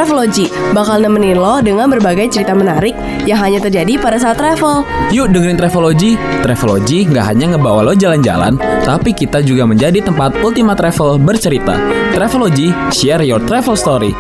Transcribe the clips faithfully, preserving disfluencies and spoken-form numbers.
Travelogy bakal nemenin lo dengan berbagai cerita menarik yang hanya terjadi pada saat travel. Yuk dengerin Travelogy. Travelogy nggak hanya ngebawa lo jalan-jalan, tapi kita juga menjadi tempat Ultima Travel bercerita. Travelogy, share your travel story.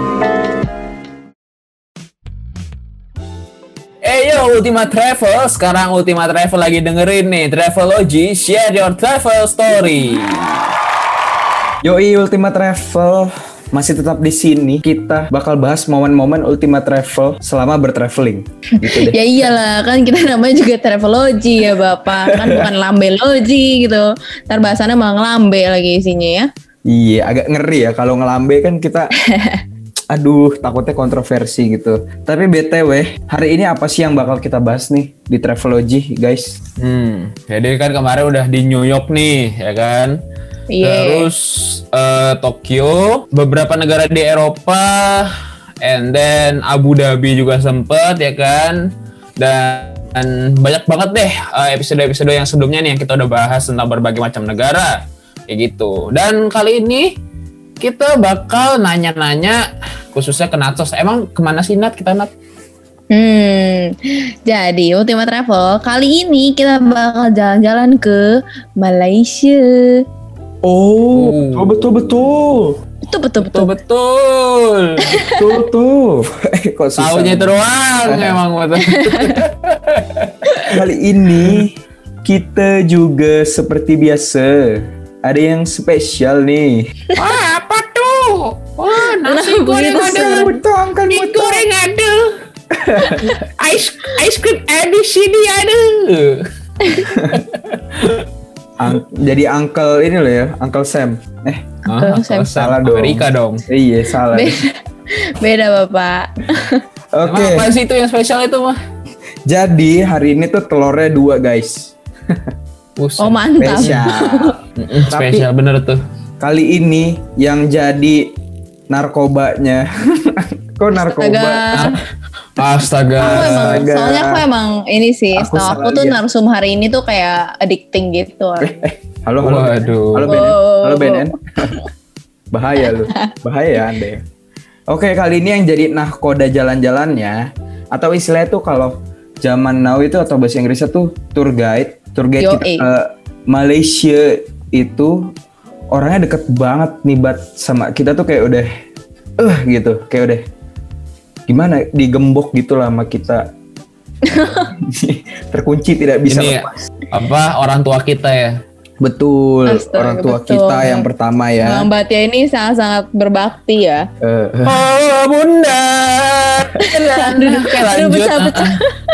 Eh yo Ultima Travel, sekarang Ultima Travel lagi dengerin nih Travelogy, share your travel story. Yoi Ultima Travel masih tetap di sini. Kita bakal bahas momen-momen Ultima Travel selama bertraveling. Gitu deh. Ya iyalah, kan kita namanya juga Travelogy ya Bapak. Kan bukan lambelogy gitu. Ntar bahasannya malah ngelambe lagi isinya ya. Iya, agak ngeri ya kalau ngelambe kan kita. Aduh, takutnya kontroversi gitu. Tapi B T W, hari ini apa sih yang bakal kita bahas nih di Travelogy, guys? Hmm, jadi kan kemarin udah di New York nih, ya kan? Yeah. Terus uh, Tokyo, beberapa negara di Eropa, and then Abu Dhabi juga sempet, ya kan? Dan banyak banget deh uh, episode-episode yang sebelumnya nih yang kita udah bahas tentang berbagai macam negara, kayak gitu. Dan kali ini kita bakal nanya-nanya khususnya ke Natsos. Emang kemana sih Nat kita Nat? Hmm, jadi Ultima Travel kali ini kita bakal jalan-jalan ke Malaysia. Oh, oh. betul betul Itu betul betul. Betul. betul tuh. Eh, kok susah? Taunya itu doang emang betul. Kali ini kita juga seperti biasa ada yang spesial nih. Wah, apa tuh? Wah, nasi Nah, goreng begitu ada. Betul kan Mie goreng ada. Ice ice cream di sini ada. Ang- jadi Uncle ini loh ya, Uncle Sam. Eh, Ah, Sam. salah dong. Amerika dong. Eh, iya salah. Beda, beda Bapak. Oke. Emang apa sih itu yang spesial itu mah? Jadi hari ini tuh telurnya dua guys. Buset. Oh mantap. Spesial. Mm-mm, spesial bener tuh. Kali ini yang jadi narkobanya. Kok narkoba? Astaga. Aku emang, Astaga. soalnya aku emang ini sih, Aku setahu aku salah tuh lihat. narsum hari ini tuh kayak addicting gitu. Eh, eh, halo halo. Waduh. Halo B N N. Halo Oh. B N N. Bahaya lu. Bahaya Anda ya. Oke, kali ini yang jadi nahkoda jalan-jalannya atau istilahnya tuh kalau zaman now itu atau bahasa Inggrisnya tuh tour guide. Tour guide Yo, kita eh. ke Malaysia itu orangnya deket banget nih Bat sama kita tuh kayak udah eh gitu, kayak udah gimana digembok gitu lah sama kita. Terkunci tidak bisa Ini lepas. apa orang tua kita ya? Betul, Astaga, orang tua betul. kita yang pertama ya. Bang Batia ini sangat-sangat berbakti ya. Eh, eh. Oh bunda. Oke Aduh lanjut. pecah-pecah.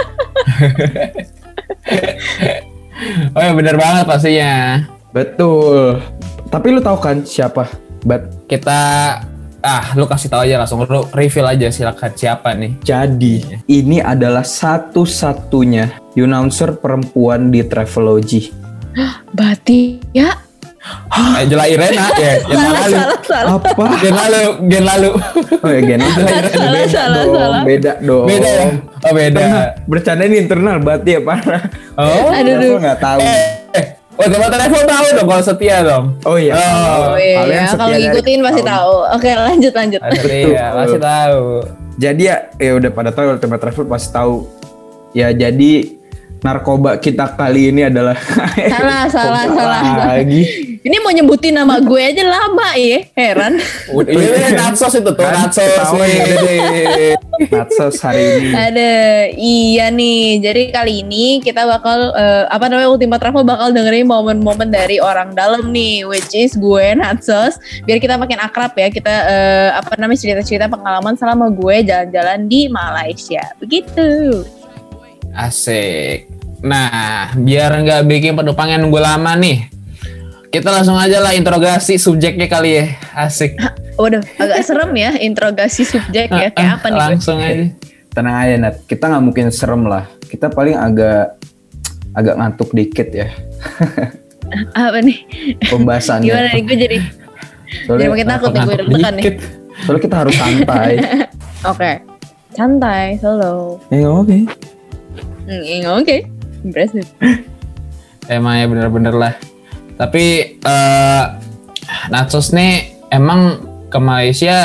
Oh ya bener banget pastinya. Betul. Tapi lu tahu kan siapa? Bat. Kita ah lu kasih tahu aja langsung lu reveal aja silakan siapa nih. Jadi ini adalah satu-satunya announcer perempuan di Travelogy. Batia. Eh, Jela Irena ya, gen Salah, lalu. salah, salah. Apa? Gen lalu, gen lalu. Oh ya Gen. Salah, beda salah, dong, salah. beda dong. Beda ya? Oh beda. Bercanda ini internal Bat ya parah. Oh. Aduh, Travel aduh. nggak tahu. Eh, oh teman travel tahu dong kalau setia dong. Oh iya. Oh, Oh iya, Kalian setia kalau dari ngikutin pasti tahun. tahu. Oke lanjut lanjut. Ada iya, masih tahu. Jadi ya, ya udah pada tahu Ultima Travel pasti tahu. Ya jadi narkoba kita kali ini adalah Salah, salah, Kok salah. lagi. Ini mau nyebutin nama gue aja lama ya, heran. Udah, iya, Natsos itu tuh, Kan, Natsos. ketahuan nih. ada deh. Natsos hari ini. Ada, iya nih. Jadi kali ini kita bakal eh, apa namanya Ultima Travel bakal dengerin momen-momen dari orang dalam nih, which is gue Natsos. Biar kita makin akrab ya. Kita eh, apa namanya cerita-cerita pengalaman selama gue jalan-jalan di Malaysia. Begitu. Asik. Nah, biar nggak bikin penumpangnya nunggu lama nih, kita langsung aja lah interogasi subjeknya kali ya. Asik. Waduh, agak serem ya interogasi subjek ya. Kayak apa nih gue? Langsung aja. Tenang aja Nat, kita nggak mungkin serem lah. Kita paling agak agak ngantuk dikit ya Apa nih? pembahasannya. Gimana nih gue jadi jadi makin takut nih gue deg-degan nih. Dikit. Soalnya kita harus santai. Oke. Santai, solo. Ya oke. Hmm, oke. Impressive. Emang ya bener-bener lah. Tapi eh Natsos nih emang ke Malaysia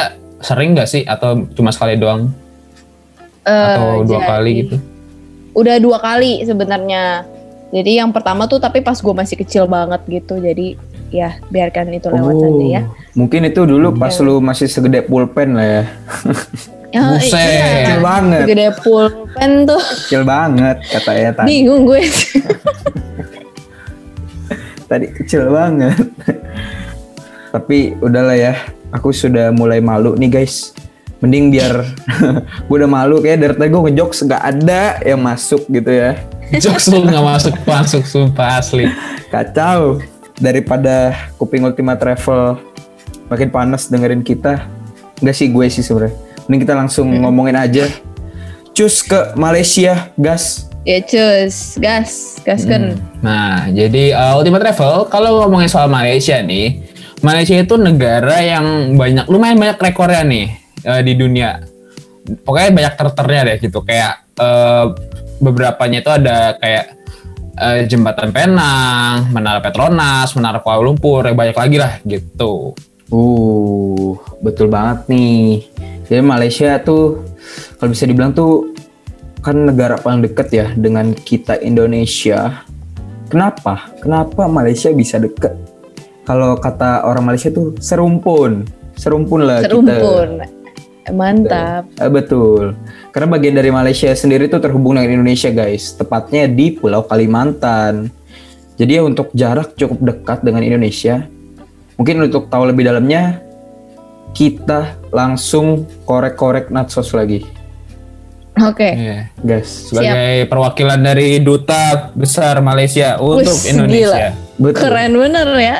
sering nggak sih atau cuma sekali doang? Eh, Atau dua jadi- kali gitu? Udah dua kali sebenarnya. Jadi yang pertama tuh tapi pas gue masih kecil banget gitu. Jadi ya biarkan itu lewat saja ya. Mungkin itu dulu pas lu masih segede pulpen lah ya. Ya, Buset. iya. Kecil banget. Gede pulpen tuh. Kecil banget katanya tadi. Bingung gue. Tadi kecil banget. Tapi udahlah ya. Aku sudah mulai malu nih guys. Mending biar gue udah malu kayak dari tadi gue ngejokes gak ada yang masuk gitu ya. Jokes lu nggak masuk masuk sumpah asli. Kacau. Daripada kuping Ultima Travel makin panas dengerin kita. Enggak sih gue sih sebenarnya. Mending kita langsung ngomongin aja. Cus ke Malaysia, gas. Ya cus, gas, gaskan. Nah, jadi uh, Ultima Travel kalau ngomongin soal Malaysia nih, Malaysia itu negara yang banyak lumayan banyak rekornya nih uh, di dunia. Pokoknya banyak terternya deh gitu. Kayak uh, beberapanya itu ada kayak uh, jembatan Penang, Menara Petronas, Menara Kuala Lumpur, ya banyak lagi lah gitu. Uh, betul banget nih. Jadi Malaysia tuh kalau bisa dibilang tuh kan negara paling deket ya dengan kita Indonesia. Kenapa? Kenapa Malaysia bisa deket? Kalau kata orang Malaysia tuh serumpun. Serumpun lah kita. Serumpun. Mantap. Eh, betul. Karena bagian dari Malaysia sendiri tuh terhubung dengan Indonesia guys. Tepatnya di Pulau Kalimantan. Jadi ya untuk jarak cukup dekat dengan Indonesia. Mungkin untuk tahu lebih dalamnya, kita langsung korek-korek Natsos lagi. Oke. Iya. Guys, Sebagai perwakilan dari Duta Besar Malaysia untuk Wus, Indonesia. betul. Keren bener ya.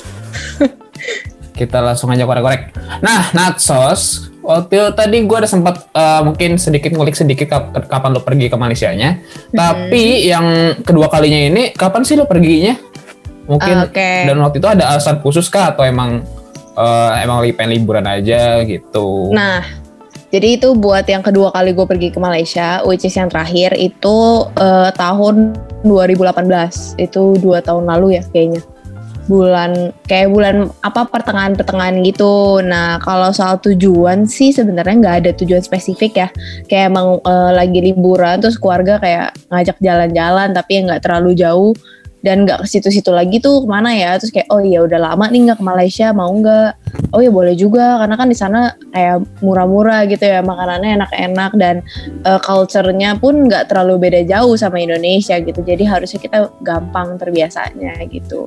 Kita langsung aja korek-korek. Nah, Natsos, waktu itu tadi gue ada sempat uh, mungkin sedikit ngulik sedikit kap- kapan lo pergi ke Malaysianya. Tapi yang kedua kalinya ini, kapan sih lo perginya? Mungkin Oke. dan waktu itu ada alasan khusus kah atau emang uh, emang lagi pengen liburan aja gitu? Nah, jadi itu buat yang kedua kali gue pergi ke Malaysia, which is yang terakhir itu eh, tahun dua ribu delapan belas. Itu dua tahun lalu ya kayaknya. Bulan kayak bulan apa pertengahan-pertengahan gitu. Nah, kalau soal tujuan sih sebenarnya nggak ada tujuan spesifik ya. Kayak emang eh, lagi liburan terus keluarga kayak ngajak jalan-jalan tapi yang nggak terlalu jauh dan nggak ke situ-situ lagi tuh kemana ya. Terus kayak oh iya udah lama nih nggak ke Malaysia, mau nggak? Oh ya boleh juga karena kan di sana kayak murah-murah gitu ya, makanannya enak-enak dan uh, culture-nya pun nggak terlalu beda jauh sama Indonesia gitu. Jadi harusnya kita gampang terbiasanya gitu.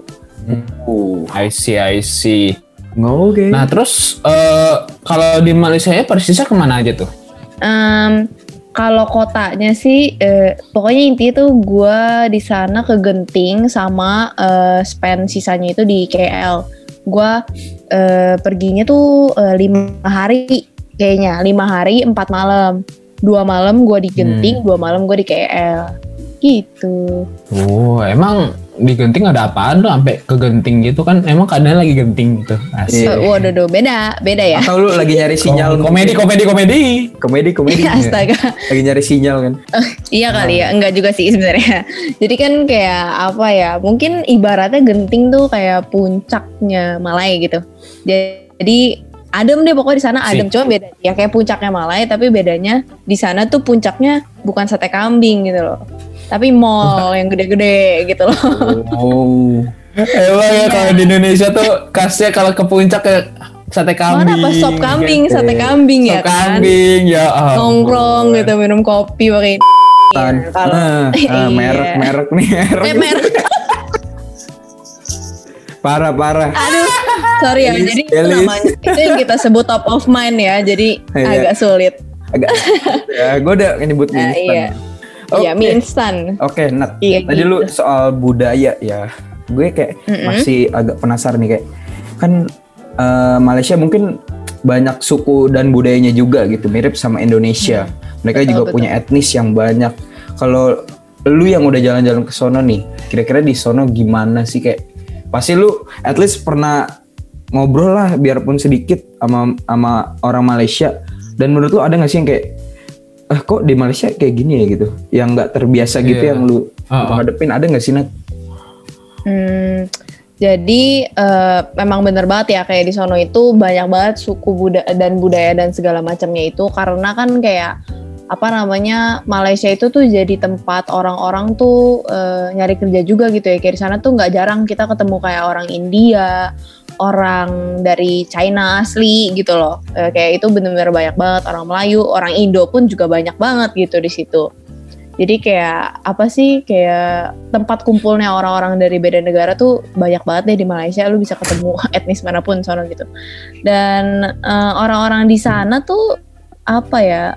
Uh, I see, I see. oke. Nah, terus uh, kalau di Malaysia ya persisnya kemana aja tuh? Um, kalau kotanya sih, eh, pokoknya intinya tuh gue di sana ke Genting sama eh, spend sisanya itu di K L. Gue eh, perginya tuh eh, lima hari kayaknya, lima hari empat malam. Dua malam gue di Genting, Hmm. dua malam gue di K L. Gitu. Oh, emang di Genting ada apaan tuh sampai ke Genting gitu kan? Emang keadaannya lagi Genting gitu. Asik. Iya. Eh, waduh, duh, beda, beda ya. Atau lu lagi nyari sinyal? komedi, komedi, komedi. komedi, komedi. Astaga. Lagi nyari sinyal kan? Iya kali ya, enggak juga sih sebenarnya. Jadi kan kayak apa ya, mungkin ibaratnya Genting tuh kayak puncaknya Malaya gitu. Jadi adem deh pokoknya di sana adem, cuma beda ya kayak puncaknya Malaya tapi bedanya di sana tuh puncaknya bukan sate kambing gitu loh. Tapi mall yang gede-gede gitu loh. Oh. Emang ya kalau di Indonesia tuh khasnya kalau ke puncak ke sate kambing. Mana pas sop kambing, gitu. sate kambing ya Sop kan. kambing ya. ampun. Nongkrong gitu minum kopi pakai Tan. kalau Ah, ah, Iya. merek, merek nih, merek. eh, merek. Parah, parah. Aduh, sorry ya. Elis, Jadi itu Elis. namanya itu yang kita sebut top of mind ya. Jadi Iya. agak sulit. Agak. Ya, gue udah nyebut mie Nah, instan. iya. Iya, mie instan. Oke, Nat. Iya, Tadi gitu. lu soal budaya ya. Gue kayak Mm-mm. masih agak penasaran nih kayak kan eh, Malaysia mungkin banyak suku dan budayanya juga gitu, mirip sama Indonesia. Mereka Betul, juga betul. punya etnis yang banyak. Kalau lu yang udah jalan-jalan ke sono nih, kira-kira di sono gimana sih kayak pasti lu at least pernah ngobrol lah biarpun sedikit sama sama orang Malaysia. Dan menurut lu ada nggak sih yang kayak ah kok di Malaysia kayak gini ya gitu, yang nggak terbiasa gitu Iya. yang lu Uh-uh. hadepin, ada nggak sih Nat? Hmm, Jadi uh, memang bener banget ya kayak di sono itu banyak banget suku budaya dan budaya dan segala macamnya itu karena kan kayak apa namanya Malaysia itu tuh jadi tempat orang-orang tuh uh, nyari kerja juga gitu ya. Kayak di sana tuh nggak jarang kita ketemu kayak orang India, orang dari China asli gitu loh. Uh, kayak itu bener-bener banyak banget orang Melayu, orang Indo pun juga banyak banget gitu di situ. Jadi kayak apa sih kayak tempat kumpulnya orang-orang dari beda negara tuh banyak banget deh di Malaysia. Lu bisa ketemu etnis manapun sono gitu. Dan uh, orang-orang di sana tuh apa ya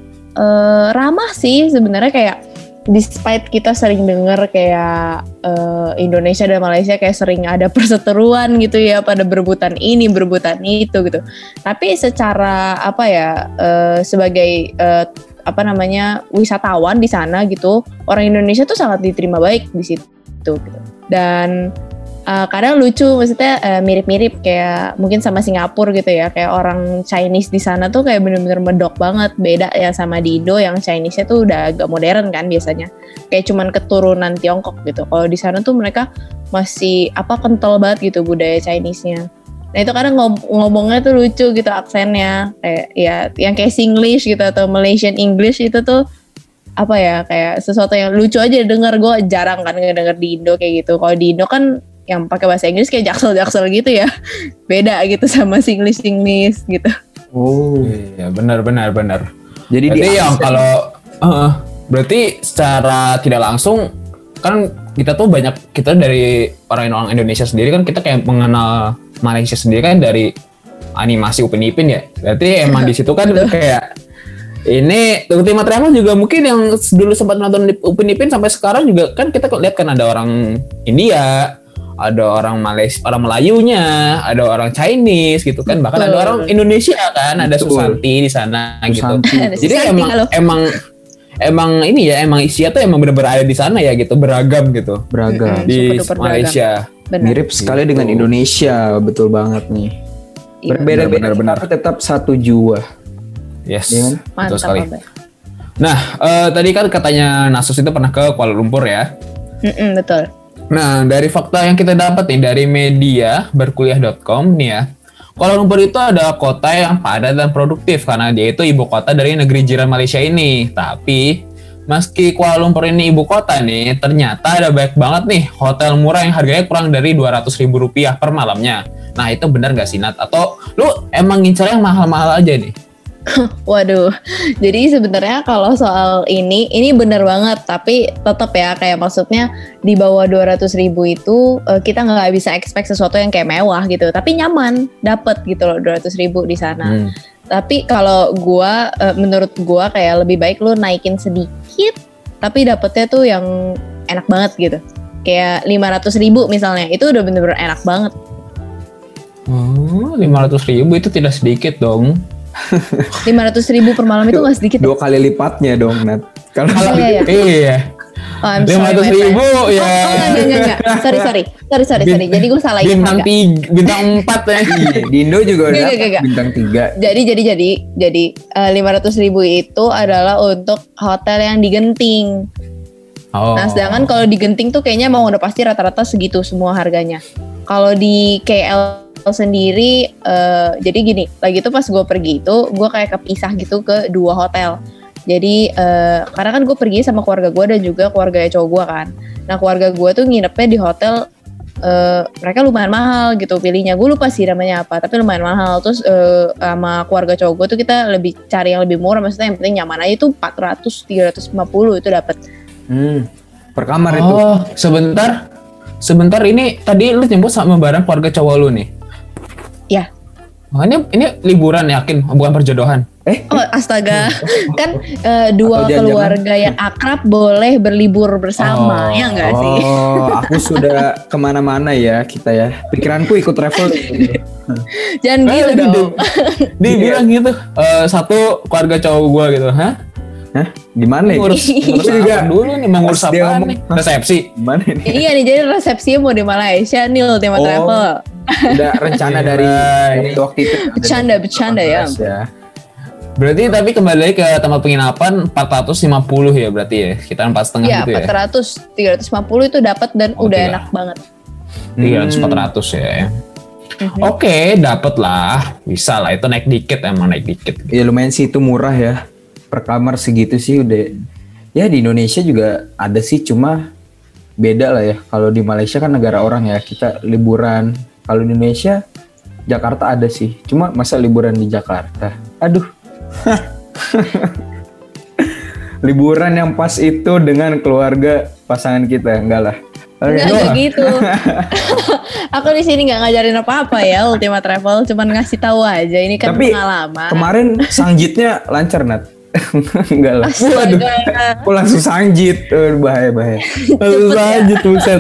uh, ramah sih sebenarnya kayak despite kita sering dengar kayak uh, Indonesia dan Malaysia kayak sering ada perseteruan gitu ya pada berebutan ini berebutan itu gitu. Tapi secara apa ya uh, sebagai uh, apa namanya wisatawan di sana gitu orang Indonesia tuh sangat diterima baik di situ gitu. Dan uh, kadang lucu maksudnya uh, mirip-mirip kayak mungkin sama Singapura gitu ya kayak orang Chinese di sana tuh kayak bener-bener medok banget beda ya sama di Indo yang Chinese-nya tuh udah agak modern kan biasanya kayak cuman keturunan Tiongkok gitu. Kalau di sana tuh mereka masih apa kental banget gitu budaya Chinese-nya. Nah itu kadang ngom- ngomongnya tuh lucu gitu aksennya kayak ya yang kayak Singlish gitu atau Malaysian English itu tuh apa ya kayak sesuatu yang lucu aja denger. Gue jarang kan ngedenger di Indo kayak gitu. Kalau di Indo kan yang pakai bahasa Inggris kayak jaksel-jaksel gitu ya beda gitu sama Singlish Singlish gitu. Oh Iya benar benar benar. jadi Berarti di yang kalau uh, berarti secara tidak langsung kan kita tuh banyak kita dari orang-orang Indonesia sendiri kan kita kayak mengenal Malaysia sendiri kan dari animasi Upin Ipin ya. Berarti emang di situ kan kayak ini Ultima Travel juga mungkin yang dulu sempat nonton Upin Ipin sampai sekarang juga kan kita lihat kan ada orang India, ada orang Malaysia, orang Melayunya, ada orang Chinese gitu kan, bahkan ada orang Indonesia kan, ada Betul. Susanti di sana gitu. Susanti. Ada Jadi Susanti, emang halo. emang emang ini ya emang isinya tuh emang benar-benar ada di sana ya gitu, beragam gitu beragam. Mm-mm. di Super-duper Malaysia. Benar. Mirip sekali dengan Indonesia, betul banget nih. Iya. Berbeda-beda Benar-benar. tapi tetap satu jua. Yes, Iya kan? betul Mantap sekali. Abah. Nah, eh, tadi kan katanya Nasus itu pernah ke Kuala Lumpur ya. Mm-mm, betul. Nah, dari fakta yang kita dapat nih dari media berkuliah dot com nih ya, Kuala Lumpur itu adalah kota yang padat dan produktif karena dia itu ibu kota dari negeri jiran Malaysia ini. Tapi meski Kuala Lumpur ini ibu kota nih, ternyata ada banyak banget nih hotel murah yang harganya kurang dari dua ratus ribu rupiah per malamnya. Nah, itu benar nggak sih, Nat? Atau lu emang ngincer yang mahal-mahal aja nih? Waduh, jadi sebenarnya kalau soal ini, ini bener banget, tapi tetap ya kayak maksudnya di bawah dua ratus ribu itu uh, kita nggak bisa expect sesuatu yang kayak mewah gitu, tapi nyaman, dapet gitu loh dua ratus ribu di sana. Hmm. Tapi kalau gua, uh, menurut gua kayak lebih baik lu naikin sedikit, tapi dapetnya tuh yang enak banget gitu. Kayak lima ratus ribu misalnya, itu udah bener-bener enak banget. Oh, lima ratus ribu itu tidak sedikit dong. lima ratus ribu per malam itu nggak sedikit. Dua kali lipatnya dong, Nat. Kalau Oh, iya, iya. Iya. Oh, I'm lima sorry, ratus my friend. ribu Oh, ya. oh enggak, enggak, enggak. Sorry, sorry. Sorry, sorry, sorry. Jadi gue salah Bintang harga. tiga, bintang empat ya. di Indo juga Enggak, ada enggak, enggak. bintang tiga. Jadi, jadi, jadi, jadi uh, lima ratus ribu itu adalah untuk hotel yang di Genting. Oh. Nah, sedangkan kalau di Genting tuh kayaknya emang udah pasti rata-rata segitu semua harganya. Kalau di K L sendiri, uh, jadi gini, lagi tuh pas gue pergi itu, gue kayak kepisah gitu ke dua hotel. Jadi, uh, karena kan gue pergi sama keluarga gue dan juga keluarga cowok gue kan. Nah, keluarga gue tuh nginepnya di hotel, uh, mereka lumayan mahal gitu pilihnya. Gue lupa sih namanya apa, tapi lumayan mahal. Terus uh, sama keluarga cowok gue tuh kita lebih cari yang lebih murah, maksudnya yang penting nyaman aja tuh empat ratus, tiga ratus lima puluh itu dapat. Hmm. Per kamar itu. Oh, sebentar. Sebentar ini tadi lu nyebut sama barang keluarga cowok lu nih. Ya. Oh, ini ini liburan yakin, bukan perjodohan. Eh, Oh astaga, kan uh, dua Atau jangan-jangan- keluarga yang akrab boleh berlibur Oh. bersama, ya enggak sih? oh, aku sudah kemana-mana ya kita ya. Pikiranku ikut travel. Jangan gitu Eh, dong. Dia bilang gitu. Eh, satu keluarga cowok gua gitu, hah? Hah? Gimana ya? Ngurus, ngurus Aku juga apa dulu nih, mau ngurus pas dia apa ngomong, nih? Resepsi. Gimana nih? Iya nih, jadi resepsinya mau di Malaysia nih Ultima Oh. Travel. Udah rencana dari Right. waktu itu. Bercanda, bercanda ya. ya. Berarti tapi kembali lagi ke tempat penginapan empat ratus lima puluh ya berarti ya. Kita empat setengah Iya, gitu ya. empat ratus, tiga ratus lima puluh itu dapat dan Oh, udah iya. enak banget. tiga ribu empat ratus ya. Mhm. Oke, dapet lah, bisa lah. Itu naik dikit, emang naik dikit. Ya lumayan sih, itu murah ya. Per kamar segitu sih udah. Ya di Indonesia juga ada sih, cuma beda lah ya. Kalau di Malaysia kan negara orang ya, kita liburan. Kalau di Indonesia, Jakarta ada sih. Cuma masa liburan di Jakarta? Aduh. Liburan yang pas itu dengan keluarga pasangan kita, enggak lah. Oke. Enggak enggak gitu. Aku di sini nggak ngajarin apa-apa ya Ultima Travel, cuman ngasih tahu aja ini kan Tapi pengalaman. kemarin sangjitnya lancar, Nat. Enggak lah. Astaga. Aku langsung sangjit. Eh, bahaya bahaya. Lalu lanjut, buset.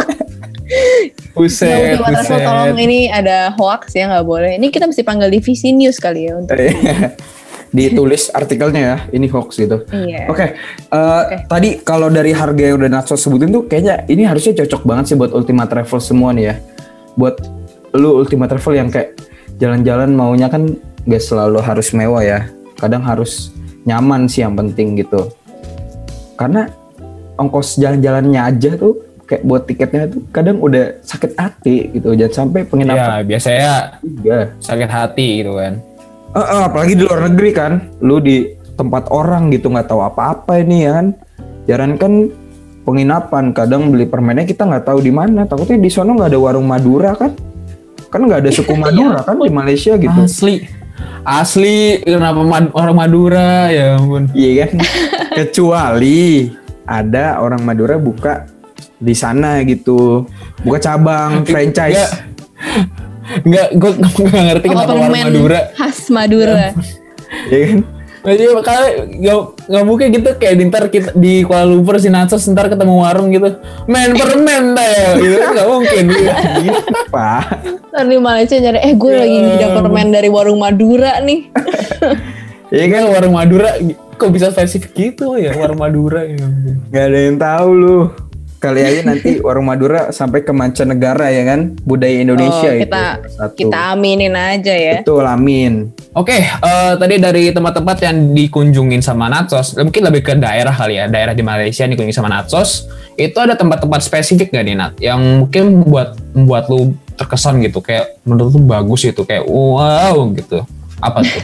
Buset, Ultima Travel, tolong buset. ini ada hoax ya, nggak boleh. Ini kita mesti panggil divisi news kali ya untuk. Ditulis artikelnya ya, ini hoax gitu. Iya. Oke, eh, tadi kalau dari harga yang udah Natsos sebutin tuh kayaknya ini harusnya cocok banget sih buat Ultima Travel semua nih ya. Buat lu Ultima Travel yang kayak jalan-jalan maunya kan gak selalu harus mewah ya. Kadang harus nyaman sih yang penting gitu. Karena ongkos jalan-jalannya aja tuh kayak buat tiketnya tuh kadang udah sakit hati gitu. Jangan sampai Ya, penginapan biasanya juga. sakit hati gitu kan. Eh, eh, apalagi di luar negeri kan, lu di tempat orang gitu nggak tahu apa-apa ini ya kan. Jarang kan penginapan, kadang beli permennya kita nggak tahu di mana. Takutnya di sono nggak ada warung Madura kan? Kan nggak ada suku Madura kan di Malaysia gitu. Asli. Asli, kenapa mad- orang Madura, ya ampun. Iya kan? Kecuali ada orang Madura buka di sana gitu, buka cabang franchise. Enggak, gue gak ngerti Apa kenapa orang permen Madura. khas Madura. Iya kan? Jadi makanya gak, gak mungkin gitu kayak di ntar kita di Kuala Lumpur si Natsos ntar ketemu warung gitu, men permen dah ya, gitu kan gak mungkin gitu. Pak. Ntar di Malaysia nyari, eh gue lagi ngidam permen dari warung Madura nih. Iya kan, warung Madura kok bisa spesifik gitu ya, warung Madura ya. Gak ada yang tahu lu. Kali aja nanti warung Madura sampai ke mancanegara ya kan, budaya Indonesia Oh, itu. kita Satu. kita aminin aja ya. Betul, amin. Oke, eh, tadi dari tempat-tempat yang dikunjungin sama Natsos, mungkin lebih ke daerah kali ya, daerah di Malaysia yang dikunjungi sama Natsos, itu ada tempat-tempat spesifik gak nih Nat, yang mungkin buat membuat lu terkesan gitu, kayak menurut lu bagus gitu, kayak wow gitu. Apa tuh?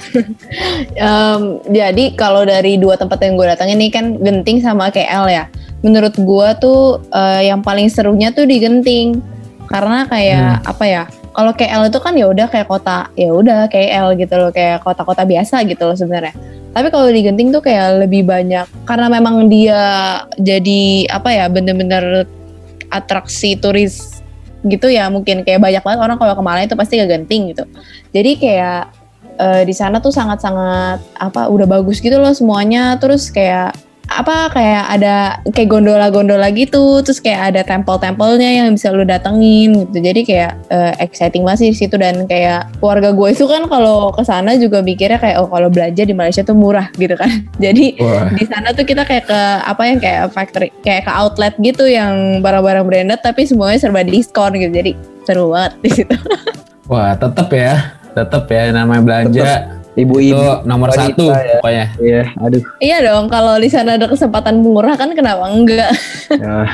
Um, jadi kalau dari dua tempat yang gue datangin ini kan Genting sama K L ya. Menurut gue tuh uh, yang paling serunya tuh di Genting, karena kayak apa ya? Kalau K L itu kan ya udah kayak kota, ya udah K L gitu loh, kayak kota-kota biasa gitu loh sebenarnya. Tapi kalau di Genting tuh kayak lebih banyak, karena memang dia jadi apa ya, bener-bener atraksi turis gitu ya, mungkin kayak banyak banget orang kalau ke Malaysia itu pasti ke Genting gitu. Jadi kayak uh, di sana tuh sangat-sangat apa, udah bagus gitu loh semuanya. Terus kayak apa, kayak ada kayak gondola-gondola gitu, terus kayak ada tempel-tempelnya yang bisa lu datengin gitu. Jadi kayak uh, exciting banget sih di situ. Dan kayak keluarga gue itu kan kalau ke sana juga mikirnya kayak oh kalau belanja di Malaysia tuh murah gitu kan. Jadi Wah. di sana tuh kita kayak ke apa yang kayak factory, kayak ke outlet gitu yang barang-barang branded tapi semuanya serba diskon gitu. Jadi seru banget di situ. Wah, tetep ya, tetep ya namanya belanja. Ibu-ibu Itu nomor wanita satu ya. pokoknya. Iya, aduh. Iya dong, kalau di sana ada kesempatan murah kan kenapa enggak? Ya.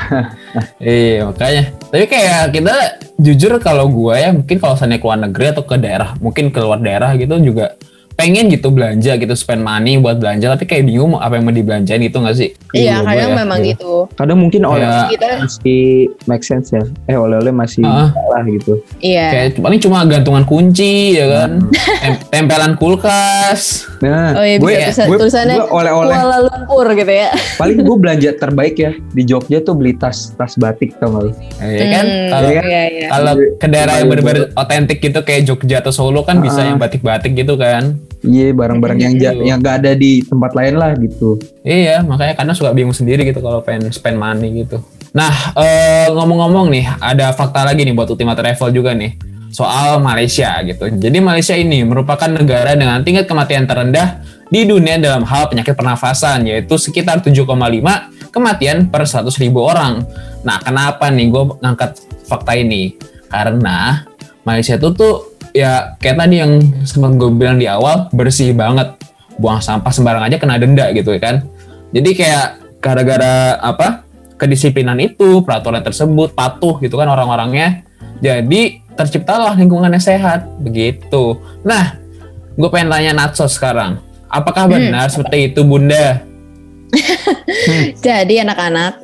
Iya makanya. Tapi kayak kita jujur kalau gue ya mungkin kalau misalnya ke luar negeri atau ke daerah, mungkin ke luar daerah gitu juga pengen gitu belanja gitu, spend money buat belanja, tapi kayak bingung apa yang mau dibelanjain gitu nggak sih? Iya, Gua kadang ya, memang gitu. gitu. Kadang mungkin oleh-oleh Kita- masih make sense ya. Eh oleh-oleh masih Heeh. salah gitu. Iya. Kayak paling cuma gantungan kunci ya kan, Tem- tempelan kulkas. Nah, Oh iya, gue, bisa tulisan- gue, tulisannya gue oleh-oleh. Kuala Lumpur gitu ya. Paling gue belanja terbaik ya di Jogja tuh beli tas tas batik, tau gak lu? Iya kan? Hmm, Kalau iya, iya. kalau ke daerah yang benar-benar otentik gitu kayak Jogja atau Solo kan bisa Ah. yang batik-batik gitu kan. Iya, barang-barang yang ja- Gitu. yang gak ada di tempat lain lah gitu. Iya, makanya kadang suka bingung sendiri gitu kalau pengen spend money gitu. Nah, eh, ngomong-ngomong nih, ada fakta lagi nih buat Ultima Travel juga nih soal Malaysia gitu. Jadi Malaysia ini merupakan negara dengan tingkat kematian terendah di dunia dalam hal penyakit pernafasan, yaitu sekitar tujuh koma lima kematian per seratus ribu orang. Nah, kenapa nih gue ngangkat fakta ini? Karena Malaysia itu tuh ya kayak tadi yang sempat gue bilang di awal, bersih banget, buang sampah sembarang aja kena denda gitu kan. Jadi kayak gara-gara apa kedisiplinan itu, peraturan tersebut, patuh gitu kan orang-orangnya, Jadi terciptalah lingkungan yang sehat begitu. Nah, gue pengen tanya Natsos sekarang. Apakah benar hmm. seperti itu, Bunda? hmm. Jadi anak-anak,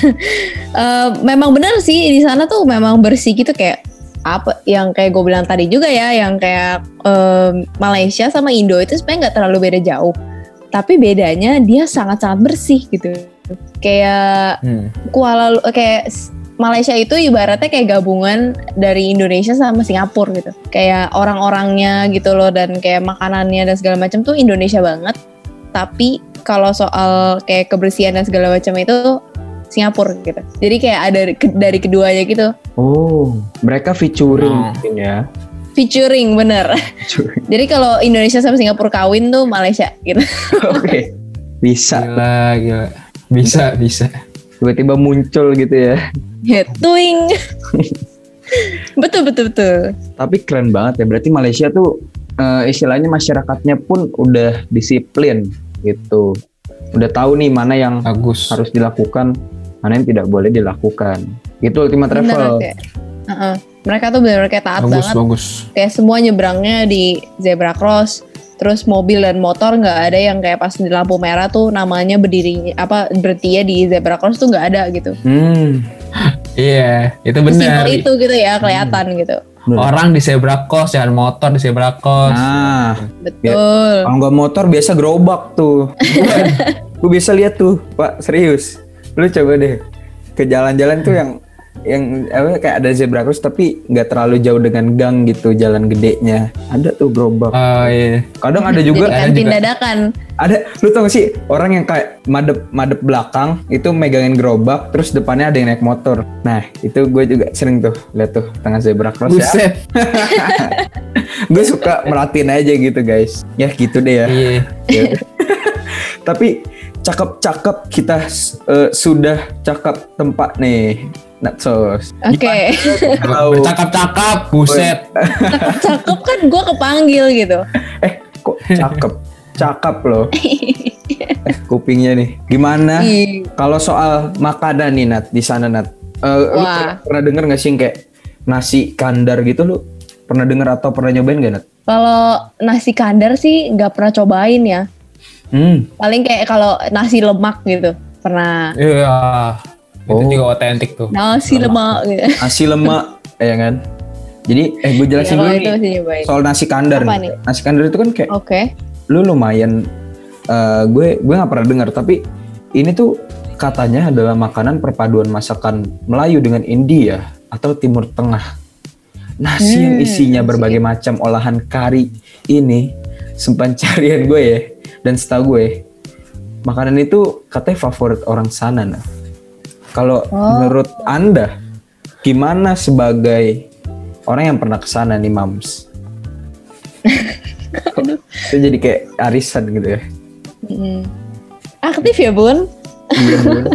uh, memang benar sih di sana tuh memang bersih gitu, kayak apa yang kayak gue bilang tadi juga ya, yang kayak uh, Malaysia sama Indo itu sebenarnya nggak terlalu beda jauh, tapi bedanya dia sangat-sangat bersih gitu. Kayak hmm. Kuala kayak Malaysia itu ibaratnya kayak gabungan dari Indonesia sama Singapura gitu. Kayak orang-orangnya gitu loh, dan kayak makanannya dan segala macam tuh Indonesia banget. Tapi kalau soal kayak kebersihan dan segala macam itu Singapura gitu. Jadi kayak ada dari keduanya gitu. Oh, mereka featuring oh. mungkin ya. Featuring bener. Featuring. Jadi kalau Indonesia sama Singapura kawin tuh Malaysia gitu. Oke, okay. Bisa. Gila, gila. Bisa, bisa. Tiba-tiba muncul gitu ya. Ya, tuing. betul, betul, betul. Tapi keren banget ya. Berarti Malaysia tuh uh, istilahnya masyarakatnya pun udah disiplin gitu. Udah tahu nih mana yang Bagus. harus dilakukan, mana yang tidak boleh dilakukan. Itu Ultima Travel. Bener, uh-uh. Mereka tuh benar-benar kayak taat bagus, banget. Bagus. Kayak semua nyebrangnya di zebra cross. Terus mobil dan motor nggak ada yang kayak pas di lampu merah tuh namanya berdiri apa berhenti ya di zebra cross tuh nggak ada gitu. Hmm. Iya, itu benar. Simpel itu gitu ya, kelihatan hmm. gitu. Orang di zebra cross, jangan motor di zebra cross. Nah, betul. Kalau nggak motor biasa gerobak tuh. Gue bisa lihat tuh, Pak, serius. Lu coba deh ke jalan-jalan tuh yang yang apa kayak ada zebra cross tapi nggak terlalu jauh dengan gang gitu, jalan gedenya. Ada tuh gerobak. Oh iya. Kadang ada juga. Jadi kantin dadakan. Ada, lu tau gak sih orang yang kayak madep madep belakang itu megangin gerobak, terus depannya ada yang naik motor. Nah itu gue juga sering tuh lihat tuh tengah zebra cross. Buset. Ya. Gue suka merhatiin aja gitu guys. Ya gitu deh ya. Iya. Ya. Tapi cakep-cakep kita uh, sudah cakep tempat nih. Natsos. Oke. Okay. Cakep-cakep, buset. Cakep kan gue kepanggil gitu. Eh kok cakep? Cakep loh. eh, kupingnya nih. Gimana? Kalau soal makanan nih Nat di sana Nat. Uh, lu pernah, pernah denger nggak sih kayak nasi kandar gitu lu? Pernah denger atau pernah nyobain nggak Nat? Kalau nasi kandar sih nggak pernah cobain ya. Hmm. Paling kayak kalau nasi lemak gitu pernah. Iya. Itu Oh. juga otentik tuh. Nasi lemak gitu. Nasi lemak, ya kan? Jadi, eh gue jelasin Ya, dulu itu nih nyobain. soal nasi kandar Apa nih. nih? Nasi kandar itu kan kayak, Oke. Okay. lu lumayan, uh, gue gue nggak pernah dengar, tapi ini tuh katanya adalah makanan perpaduan masakan Melayu dengan India atau Timur Tengah. Nasi Hmm, yang isinya nasi. berbagai macam olahan kari ini sepencarian gue ya, dan setahu gue makanan itu katanya favorit orang sana. Nah, kalau Oh. menurut Anda gimana sebagai orang yang pernah kesana nih Mams? Itu jadi kayak arisan gitu ya. Hmm. Aktif ya Bun? Iya Bun.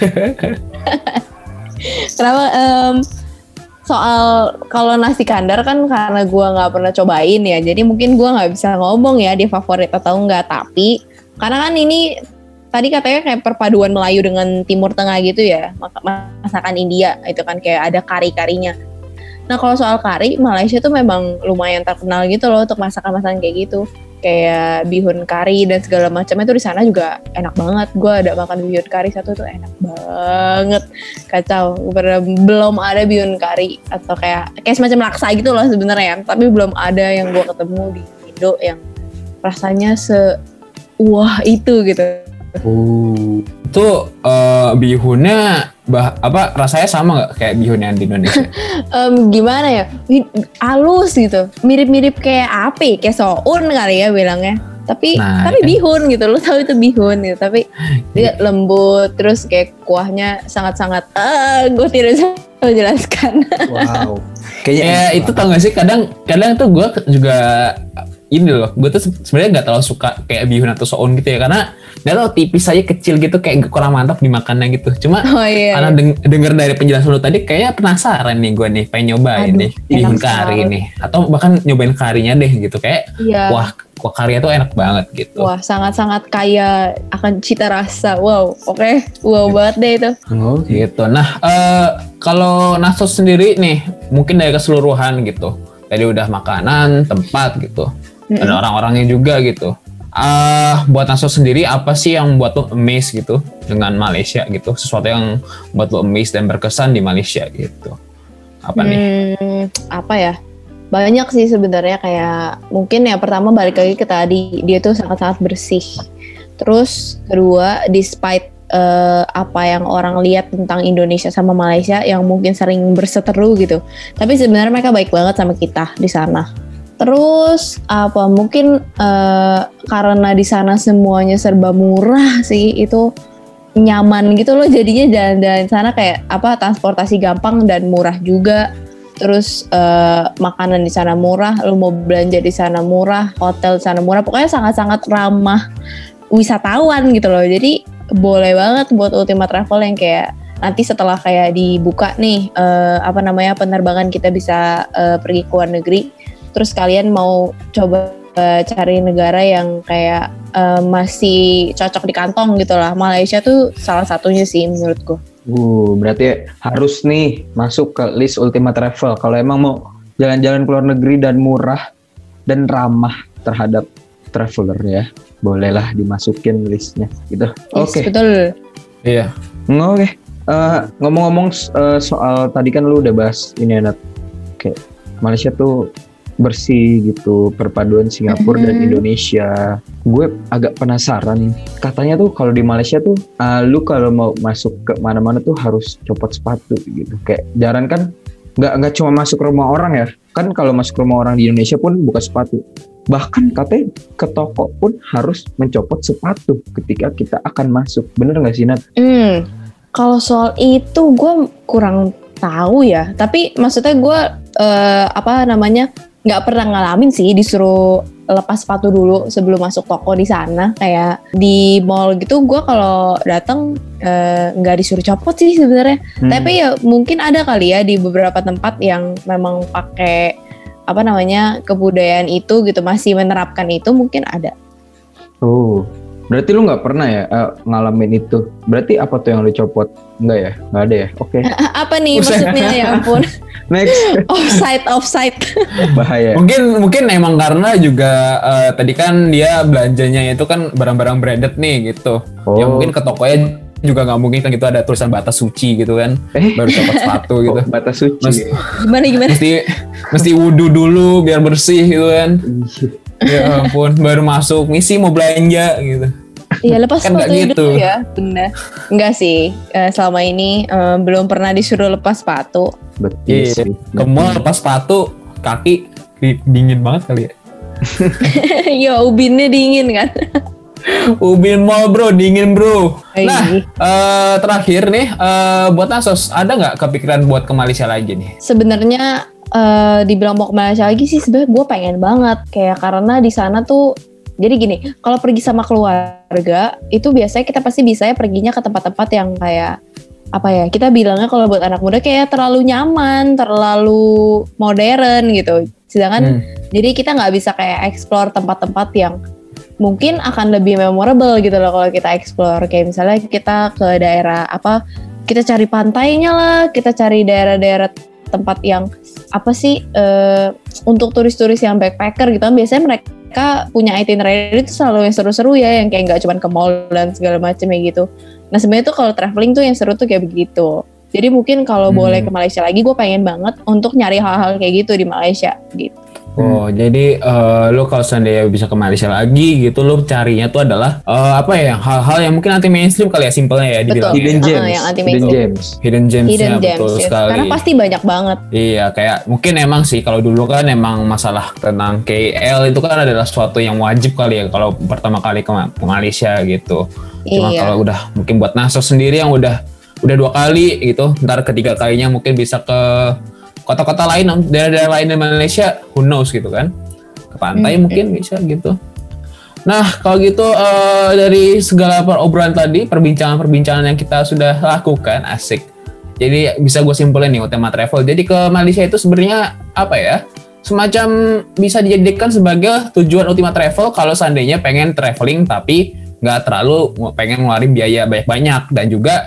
Kenapa? Um, soal kalau nasi kandar kan karena gue nggak pernah cobain ya, jadi mungkin gue nggak bisa ngomong ya dia favorit atau enggak. Tapi karena kan ini tadi katanya kayak perpaduan Melayu dengan Timur Tengah gitu ya, masakan India itu kan kayak ada kari-karinya. Nah kalau soal kari, Malaysia tuh memang lumayan terkenal gitu loh untuk masakan-masakan kayak gitu. Kayak bihun kari dan segala macamnya tuh di sana juga enak banget. Gue ada makan bihun kari satu tuh enak banget, kacau. Belum ada bihun kari atau kayak kayak semacam laksa gitu loh sebenarnya. Tapi belum ada yang gue ketemu di Indo yang rasanya se wah itu gitu. Oh. Itu uh, bihunnya bah, apa rasanya sama nggak kayak bihun yang di Indonesia? um, gimana ya, halus gitu, mirip-mirip kayak apa? Kayak soun kali ya bilangnya. Tapi Nah, tapi kan. bihun gitu, lo tahu itu bihun gitu. Tapi dia lembut, terus kayak kuahnya sangat-sangat. Ah, gue tidak bisa menjelaskan. Wow. Ya itu tau gak sih kadang kadang tuh gue juga ini loh, gue tuh sebenarnya nggak terlalu suka kayak bihun atau soun gitu ya, karena nggak tahu tipis aja kecil gitu kayak kurang mantap dimakannya gitu. Cuma Oh, iya, karena iya. deng- denger dari penjelasan lu tadi kayak penasaran nih gue nih, pengen nyobain Aduh, nih bihun enak kari banget. nih, atau bahkan nyobain karinya deh gitu kayak Iya. wah kuah karinya tuh enak banget gitu. Wah, sangat-sangat kaya akan cita rasa. Wow, oke, wow banget deh itu. Oh, Gitu. Nah, eh kalau Nasos sendiri nih, mungkin dari keseluruhan gitu. Tadi udah makanan, tempat gitu. Mm-hmm. Dan orang-orangnya juga gitu. Uh, buat Nasos sendiri apa sih yang buat lo amazed gitu dengan Malaysia gitu? Sesuatu yang buat lo amazed dan berkesan di Malaysia gitu. Apa hmm, nih? Apa ya? Banyak sih sebenarnya, kayak mungkin ya pertama balik lagi ke tadi, dia tuh sangat-sangat bersih. Terus kedua, despite uh, apa yang orang lihat tentang Indonesia sama Malaysia yang mungkin sering berseteru gitu, tapi sebenarnya mereka baik banget sama kita di sana. Terus apa mungkin uh, karena di sana semuanya serba murah sih, itu nyaman gitu loh jadinya jalan-jalan sana, kayak apa transportasi gampang dan murah juga. Terus uh, makanan di sana murah, lu mau belanja di sana murah, hotel di sana murah, pokoknya sangat-sangat ramah wisatawan gitu loh. Jadi boleh banget buat Ultima Travel yang kayak nanti setelah kayak dibuka nih uh, apa namanya penerbangan kita bisa uh, pergi ke luar negeri, terus kalian mau coba uh, cari negara yang kayak uh, masih cocok di kantong gitu lah. Malaysia tuh salah satunya sih menurutku. Uh, berarti harus nih masuk ke list Ultima Travel kalau emang mau jalan-jalan ke luar negeri dan murah dan ramah terhadap traveler ya. Bolehlah dimasukin listnya gitu. Yes, Oke. Okay. Betul. Iya. Oke. Okay. Uh, ngomong-ngomong uh, soal tadi kan lu udah bahas ini Nat. Kayak Malaysia tuh bersih gitu, perpaduan Singapura mm-hmm. dan Indonesia. Gue agak penasaran nih. Katanya tuh kalau di Malaysia tuh uh, lu kalau mau masuk ke mana-mana tuh harus copot sepatu gitu. Kayak jarang kan nggak nggak cuma masuk rumah orang ya. Kan kalau masuk rumah orang di Indonesia pun buka sepatu. Bahkan katanya ke toko pun harus mencopot sepatu ketika kita akan masuk. Bener nggak sih Nat? Hmm. Kalau soal itu gue kurang tahu ya. Tapi maksudnya gue uh, apa namanya? Nggak pernah ngalamin sih disuruh lepas sepatu dulu sebelum masuk toko di sana. Kayak di mall gitu gue kalau datang eh, nggak disuruh copot sih sebenarnya. Hmm. Tapi ya mungkin ada kali ya di beberapa tempat yang memang pakai apa namanya kebudayaan itu gitu, masih menerapkan itu, mungkin ada. Oh, berarti lu nggak pernah ya uh, ngalamin itu? Berarti apa tuh yang lu copot? Nggak ya? Nggak ada ya? Oke. Okay. Apa nih maksudnya ya ampun? Next. offside, offside. Bahaya. Mungkin mungkin emang karena juga uh, tadi kan dia belanjanya itu kan barang-barang branded nih gitu. Oh. Ya mungkin ke tokonya juga nggak mungkin kan gitu ada tulisan batas suci gitu kan. Eh? Baru copot sepatu gitu. Oh, batas suci. Mas, gimana gimana? Mesti mesti wudu dulu biar bersih gitu kan. Ya ampun, baru masuk misi mau belanja gitu. Iya lepas kan sepatu gitu. Dulu ya, benar. Enggak sih, uh, selama ini uh, belum pernah disuruh lepas sepatu. Betul iya, sih. Ke mall lepas sepatu, kaki dingin banget kali ya. Ya ubinnya dingin kan. Ubin mall bro, dingin bro. Ayy. Nah, uh, terakhir nih, uh, buat Nasos, ada nggak kepikiran buat ke Malaysia lagi nih? Sebenarnya uh, dibilang mau ke Malaysia lagi sih, sebenarnya gue pengen banget. Kayak karena di sana tuh, jadi gini, kalau pergi sama keluarga, itu biasanya kita pasti bisa ya perginya ke tempat-tempat yang kayak, apa ya, kita bilangnya kalau buat anak muda kayak terlalu nyaman, terlalu modern gitu. Sedangkan, hmm. jadi kita nggak bisa kayak explore tempat-tempat yang mungkin akan lebih memorable gitu loh kalau kita explore. Kayak misalnya kita ke daerah apa, kita cari pantainya lah, kita cari daerah-daerah tempat yang apa sih uh, untuk turis-turis yang backpacker gitu kan. Biasanya mereka punya itinerary itu selalu yang seru-seru ya, yang kayak nggak cuma ke mall dan segala macam ya gitu. Nah sebenarnya tuh kalau traveling tuh yang seru tuh kayak begitu. Jadi mungkin kalau hmm. boleh ke Malaysia lagi, gue pengen banget untuk nyari hal-hal kayak gitu di Malaysia gitu. Oh, hmm. jadi uh, lo kalau seandainya bisa ke Malaysia lagi gitu, lo carinya tuh adalah uh, apa ya, hal-hal yang mungkin anti mainstream kali ya, simpelnya ya dibilang. Hidden gems. Uh, yang anti hidden gems. Hidden gems. Hidden ya, gems, betul yes. sekali. Karena pasti banyak banget. Iya, kayak mungkin emang sih kalau dulu kan emang masalah tentang K L itu kan adalah sesuatu yang wajib kali ya kalau pertama kali ke Malaysia gitu. Cuma iya. Kalau udah mungkin buat Nasos sendiri yang udah udah dua kali gitu, ntar ketiga kalinya mungkin bisa ke kota-kota lain, daerah-daerah lain di Malaysia, who knows gitu kan. Ke pantai hmm. mungkin bisa gitu. Nah kalau gitu uh, dari segala obrolan tadi, perbincangan-perbincangan yang kita sudah lakukan, asik. Jadi bisa gue simpulin nih Ultima Travel. Jadi ke Malaysia itu sebenarnya apa ya? Semacam bisa dijadikan sebagai tujuan Ultima Travel kalau seandainya pengen traveling tapi nggak terlalu pengen ngeluarin biaya banyak-banyak, dan juga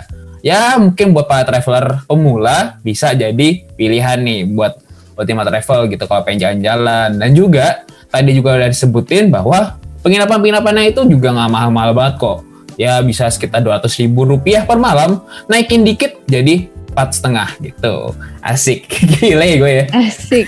ya mungkin buat para traveler pemula bisa jadi pilihan nih buat Ultima Travel gitu kalau pengen jalan-jalan. Dan juga tadi juga udah disebutin bahwa penginapan-penginapannya itu juga nggak mahal-mahal banget kok. Ya bisa sekitar dua ratus ribu rupiah per malam, naikin dikit jadi empat setengah gitu. Asik. Gile gue ya. Asik.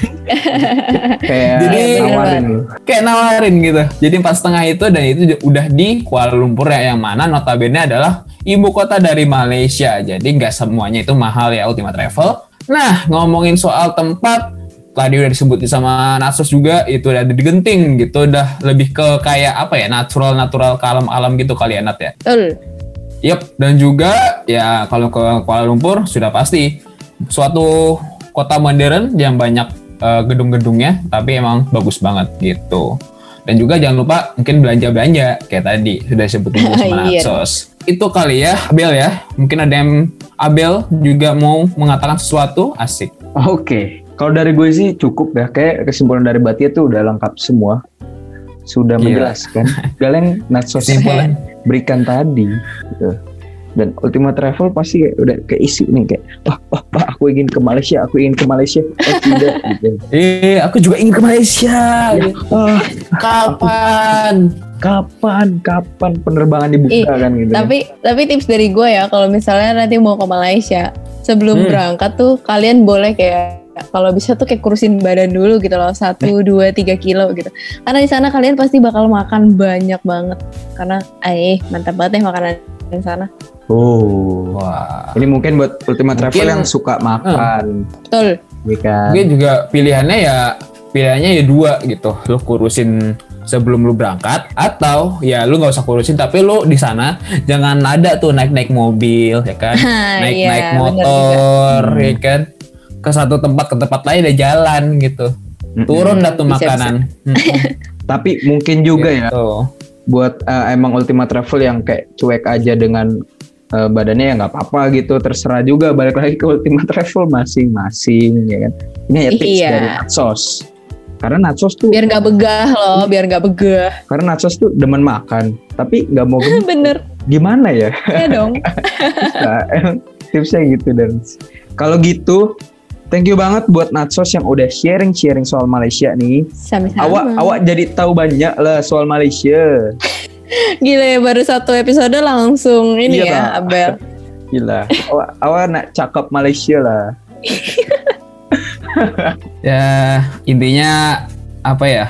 Kayak Jadi nawarin lu. kayak nawarin gitu. Jadi empat setengah itu, dan itu udah di Kuala Lumpur ya, yang mana notabene adalah ibu kota dari Malaysia. Jadi nggak semuanya itu mahal ya Ultima Travel. Nah, ngomongin soal tempat, tadi udah disebutin sama Natsos juga, itu udah di Genting gitu, udah lebih ke kayak apa ya, natural-natural ke alam-alam gitu kali ya Nat ya. Betul. Yep, dan juga ya kalau ke Kuala Lumpur sudah pasti suatu kota modern yang banyak uh, gedung-gedungnya, tapi emang bagus banget gitu. Dan juga jangan lupa mungkin belanja-belanja kayak tadi sudah disebutin sama Iya. Natsos. Itu kali ya, Abel ya. Mungkin ada yang Abel juga mau mengatakan sesuatu, asik. Oke, kalau dari gue sih cukup ya. Kayak kesimpulan dari Batia tuh udah lengkap semua. Sudah Gila. menjelaskan. Kalian Natsos Kesimpulan. berikan tadi gitu. Dan Ultima Travel pasti kayak udah keisi nih kayak wah, wah, wah aku ingin ke Malaysia, aku ingin ke Malaysia. Oh tidak gitu. Eh, aku juga ingin ke Malaysia. Ah, Kapan? kapan kapan penerbangan dibuka Ih, kan gitu. Tapi tapi tips dari gue ya, kalau misalnya nanti mau ke Malaysia, sebelum Hmm. berangkat tuh kalian boleh kayak kalau bisa tuh kayak kurusin badan dulu gitu loh, satu, dua, tiga kilo gitu. Karena di sana kalian pasti bakal makan banyak banget. Karena eh mantap banget ya makanan di sana. Oh. Wah. Ini mungkin buat Ultima Travel Mungkin- yang suka makan, Betul. ya kan? Gue juga pilihannya ya pilihannya ya dua gitu. Lu kurusin sebelum lu berangkat, atau ya lu nggak usah kurusin tapi lu di sana jangan ada tuh naik-naik mobil ya kan, naik-naik Iya, bener motor juga. ya kan, ke satu tempat ke tempat lain ada jalan gitu. Mm-mm. Turun dah tuh Bisa, makanan. Tapi mungkin juga ya Gitu. buat uh, emang Ultima Travel yang kayak cuek aja dengan uh, badannya ya nggak apa-apa gitu, terserah juga, balik lagi ke Ultima Travel masing-masing ya kan. Ini ya tips Iya. dari Natsos. Karena Natsos tuh Biar nggak begah loh, biar nggak begah. karena Natsos tuh demen makan, tapi nggak mau gemuk. Bener. Gimana ya? Ya dong. Nah, emang tipsnya gitu. Dan kalau gitu thank you banget buat Natsos yang udah sharing-sharing soal Malaysia nih. Sama-sama. Awak awak jadi tahu banyak lah soal Malaysia. Gila ya, baru satu episode langsung ini Iya, ya, Kak. Abel. Gila. Awak awak nak cakap Malaysia lah. Ya intinya apa ya,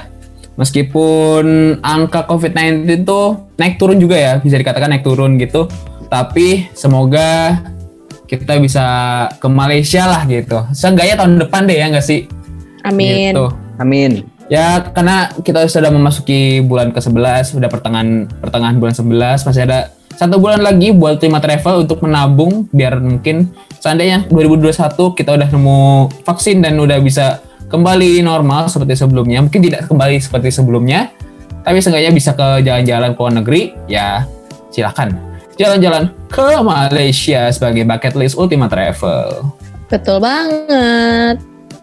meskipun angka covid sembilan belas tuh naik turun juga ya, bisa dikatakan naik turun gitu, tapi semoga kita bisa ke Malaysia lah gitu, seenggaknya tahun depan deh ya nggak sih. Amin. Gitu. Amin. Ya karena kita sudah memasuki bulan ke sebelas, udah pertengahan pertengahan bulan sebelas, masih ada satu bulan lagi buat Ultima Travel untuk menabung biar mungkin seandainya dua ribu dua puluh satu kita udah nemu vaksin dan udah bisa kembali normal seperti sebelumnya. Mungkin tidak kembali seperti sebelumnya, tapi seenggaknya bisa ke jalan-jalan ke luar negeri, ya silakan jalan-jalan ke Malaysia sebagai bucket list Ultima Travel. Betul banget.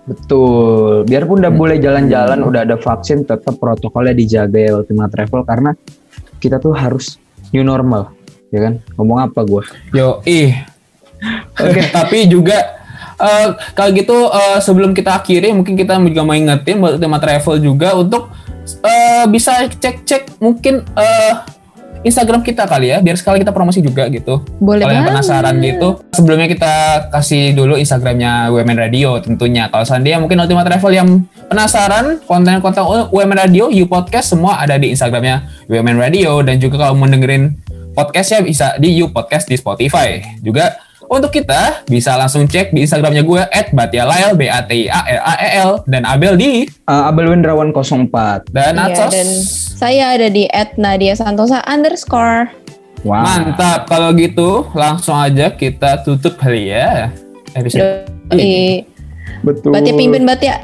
Betul. Biarpun udah boleh jalan-jalan, udah ada vaksin, tetap protokolnya dijaga ya Ultima Travel karena kita tuh harus new normal, ya kan? Ngomong apa gua? Yo, ih. Oke, tapi juga eh, kalau gitu eh, sebelum kita akhiri, mungkin kita juga mau ingetin buat Ultima Travel juga untuk eh, bisa cek-cek mungkin eh, Instagram kita kali ya, biar sekali kita promosi juga gitu. Boleh Kalau yang banget. penasaran gitu, sebelumnya kita kasih dulu Instagramnya W M N Radio tentunya. Kalau seandainya mungkin Ultima Travel yang penasaran konten-konten W M N Radio, You Podcast semua ada di Instagramnya W M N Radio, dan juga kalau mau dengerin podcastnya bisa di You Podcast di Spotify. Juga untuk kita bisa langsung cek di Instagramnya gue at batialael b a t i a l a e l dan Abel di Uh, Abel Wendrawan nol empat. dan Iya, Natsos. dan saya ada di at nadia santosa underscore. Wow. Mantap, kalau gitu langsung aja kita tutup kali ya episode ini. Doi. Betul. Batia pimpin Batia.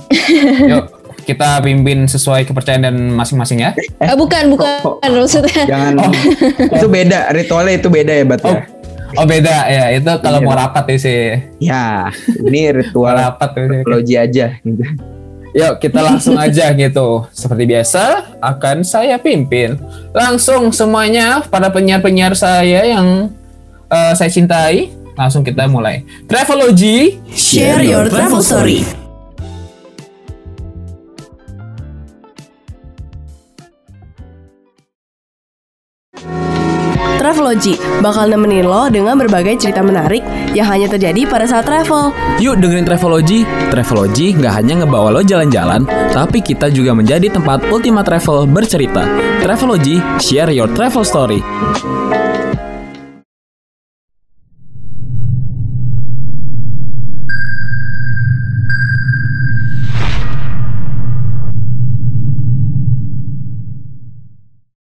Yuk kita pimpin sesuai kepercayaan dan masing-masing ya. Eh, bukan, bukan kok- maksudnya. Jangan. Itu beda, ritualnya itu beda ya, Bat Oh, ya. oh beda ya, itu kalau Iya. mau rapat ya sih. Ya, ini Mau ritual rapat tuh. logi aja gitu. Yuk kita langsung aja gitu. Seperti biasa akan saya pimpin. Langsung semuanya para penyiar-penyiar saya yang uh, saya cintai. Langsung kita mulai. Travelogy, Share your travel story. Travelogy bakal nemenin lo dengan berbagai cerita menarik yang hanya terjadi pada saat travel. Yuk dengerin Travelogy. Travelogy nggak hanya ngebawa lo jalan-jalan, tapi kita juga menjadi tempat Ultima Travel bercerita. Travelogy, share your travel story.